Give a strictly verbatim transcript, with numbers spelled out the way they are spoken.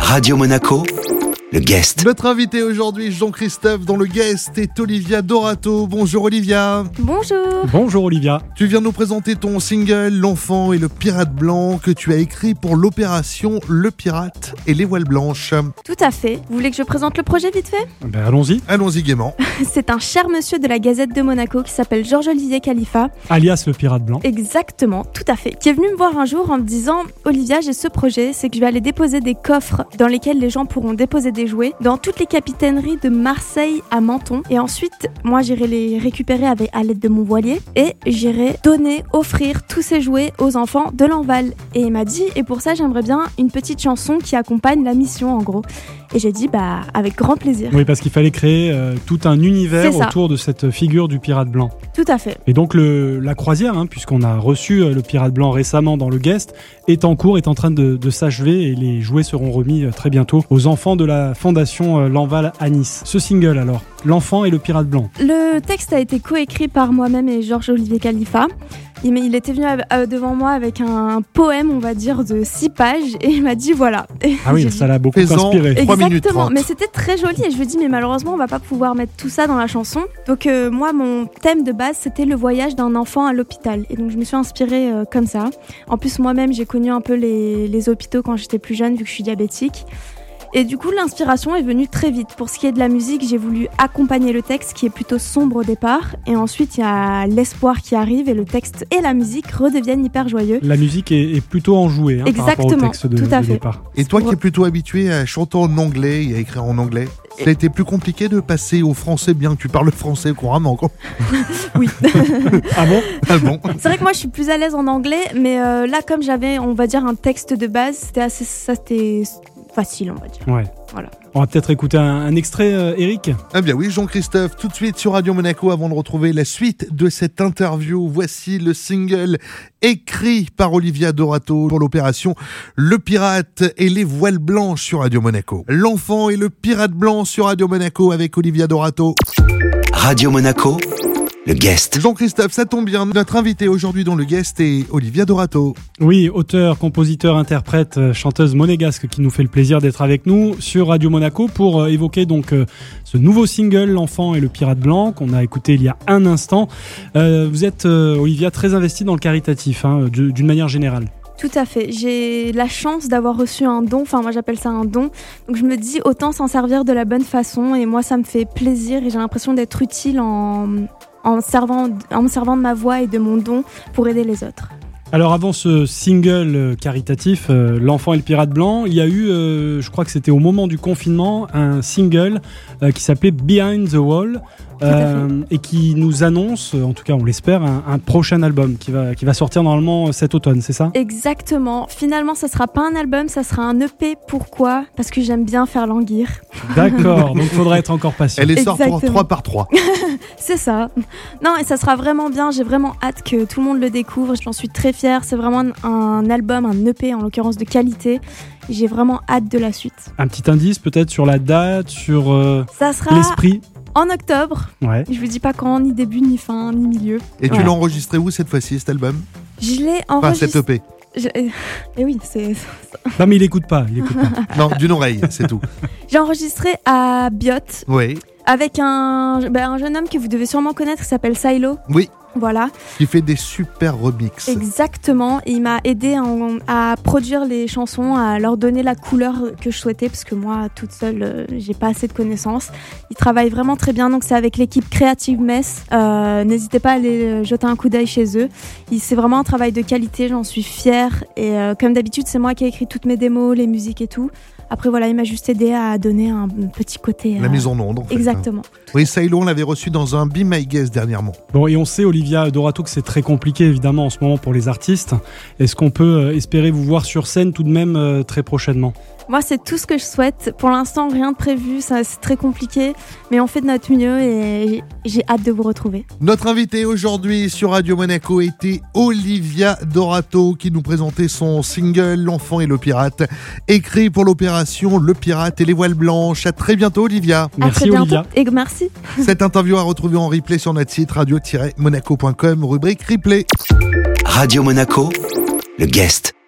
Radio Monaco, le guest. Notre invité aujourd'hui, Jean-Christophe, dont le guest est Olivia Dorato. Bonjour Olivia. Bonjour. Bonjour Olivia. Tu viens nous présenter ton single L'Enfant et le Pirate Blanc que tu as écrit pour l'opération Le Pirate et les Voiles Blanches. Tout à fait. Vous voulez que je présente le projet vite fait ? Ben, allons-y. Allons-y gaiement. C'est un cher monsieur de la Gazette de Monaco qui s'appelle Georges-Olivier Khalifa. Alias le Pirate Blanc. Exactement, tout à fait. Qui est venu me voir un jour en me disant « Olivia, j'ai ce projet, c'est que je vais aller déposer des coffres dans lesquels les gens pourront déposer des jouets dans toutes les capitaineries de Marseille à Menton. Et ensuite, moi, j'irai les récupérer avec, à l'aide de mon voilier et j'irai donner, offrir tous ces jouets aux enfants de l'Enval. » Et il m'a dit « Et pour ça, j'aimerais bien une petite chanson qui accompagne la mission, en gros. » Et j'ai dit, bah, avec grand plaisir. Oui, parce qu'il fallait créer euh, tout un univers autour de cette figure du Pirate Blanc. Tout à fait. Et donc, le, la croisière, hein, puisqu'on a reçu euh, le Pirate Blanc récemment dans le guest, est en cours, est en train de, de s'achever et les jouets seront remis euh, très bientôt aux enfants de la fondation euh, L'Enval à Nice. Ce single, alors, L'Enfant et le Pirate Blanc. Le texte a été coécrit par moi-même et Georges-Olivier Khalifa. Il, il était venu à, devant moi avec un poème, on va dire, de six pages et il m'a dit voilà. Et ah oui, ça l'a beaucoup inspiré. Exactement, mais c'était très joli et je lui ai dit mais malheureusement on va pas pouvoir mettre tout ça dans la chanson. Donc euh, moi mon thème de base c'était le voyage d'un enfant à l'hôpital et donc je me suis inspirée euh, comme ça. En plus moi-même j'ai connu un peu les, les hôpitaux quand j'étais plus jeune vu que je suis diabétique. Et du coup, l'inspiration est venue très vite. Pour ce qui est de la musique, j'ai voulu accompagner le texte qui est plutôt sombre au départ. Et ensuite, il y a l'espoir qui arrive et le texte et la musique redeviennent hyper joyeux. La musique est, est plutôt enjouée hein, Exactement, par rapport au texte de, tout à de fait. départ. Et toi qui es plutôt habitué à chanter en anglais et à écrire en anglais, ça a été plus compliqué de passer au français, bien que tu parles français couramment encore. Oui. Ah bon Ah bon. C'est vrai que moi, je suis plus à l'aise en anglais. Mais euh, là, comme j'avais, on va dire, un texte de base, c'était assez... Ça, c'était... facile, on va dire. Ouais. Voilà. On va peut-être écouter un, un extrait, euh, Eric. Ah bien oui, Jean-Christophe, tout de suite sur Radio Monaco avant de retrouver la suite de cette interview. Voici le single écrit par Olivia Dorato pour l'opération Le Pirate et les Voiles Blanches sur Radio Monaco. L'Enfant et le Pirate Blanc sur Radio Monaco avec Olivia Dorato. Radio Monaco, le guest. Jean-Christophe, ça tombe bien. Notre invité aujourd'hui dans le guest est Olivia Dorato. Oui, auteur, compositeur, interprète, chanteuse monégasque qui nous fait le plaisir d'être avec nous sur Radio Monaco pour évoquer donc euh, ce nouveau single L'Enfant et le Pirate Blanc qu'on a écouté il y a un instant. Euh, vous êtes, euh, Olivia, très investie dans le caritatif, hein, d'une manière générale. Tout à fait. J'ai la chance d'avoir reçu un don. Enfin, moi, j'appelle ça un don. Donc, je me dis autant s'en servir de la bonne façon. Et moi, ça me fait plaisir et j'ai l'impression d'être utile en, en, servant, en me servant de ma voix et de mon don pour aider les autres. Alors avant ce single caritatif, euh, L'Enfant et le Pirate Blanc, il y a eu, euh, je crois que c'était au moment du confinement, un single euh, qui s'appelait Behind the Wall euh, et qui nous annonce, en tout cas on l'espère, un, un prochain album qui va, qui va sortir normalement cet automne, c'est ça ? Exactement. Finalement, ça sera pas un album, ça sera un E P. Pourquoi ? Parce que j'aime bien faire languir. D'accord, donc il faudra être encore patient. Elle est sortie trois par trois. C'est ça. Non, et ça sera vraiment bien. J'ai vraiment hâte que tout le monde le découvre. J'en suis très fière. C'est vraiment un album, un E P en l'occurrence de qualité. J'ai vraiment hâte de la suite. Un petit indice peut-être sur la date, sur euh, ça sera l'esprit. En octobre. Ouais. Je vous dis pas quand, ni début, ni fin, ni milieu. Et tu ouais. l'as enregistré où cette fois-ci, cet album ? Je l'ai enregistré. Enfin, cet E P. Je... Et oui, c'est... Non mais il écoute pas, il écoute pas. Non, d'une oreille, c'est tout. J'ai enregistré à Biot. Oui. Avec un, ben, un jeune homme que vous devez sûrement connaître qui s'appelle Silo. Oui. Voilà. Qui fait des super remixes. Exactement. Et il m'a aidé en, à produire les chansons, à leur donner la couleur que je souhaitais, parce que moi, toute seule, euh, j'ai pas assez de connaissances. Il travaille vraiment très bien. Donc c'est avec l'équipe Creative Mess. Euh, n'hésitez pas à aller jeter un coup d'œil chez eux. Il, c'est vraiment un travail de qualité. J'en suis fière. Et euh, comme d'habitude, c'est moi qui ai écrit toutes mes démos, les musiques et tout. Après, voilà, il m'a juste aidé à donner un petit côté... La euh... mise en onde, en fait. Exactement. Oui, Sailor, on l'avait reçu dans un Be My Guest dernièrement. Bon, et on sait, Olivia Dorato, que c'est très compliqué, évidemment, en ce moment pour les artistes. Est-ce qu'on peut espérer vous voir sur scène tout de même euh, très prochainement ? Moi, c'est tout ce que je souhaite. Pour l'instant, rien de prévu, ça, c'est très compliqué. Mais on fait de notre mieux et j'ai hâte de vous retrouver. Notre invitée aujourd'hui sur Radio Monaco était Olivia Dorato qui nous présentait son single L'Enfant et le Pirate, écrit pour l'opération Le Pirate et les Voiles Blanches. À très bientôt, Olivia. À Merci, très bientôt. Olivia. Et merci. Cette interview à retrouver en replay sur notre site radio tiret monaco point com, rubrique replay. Radio Monaco, le guest.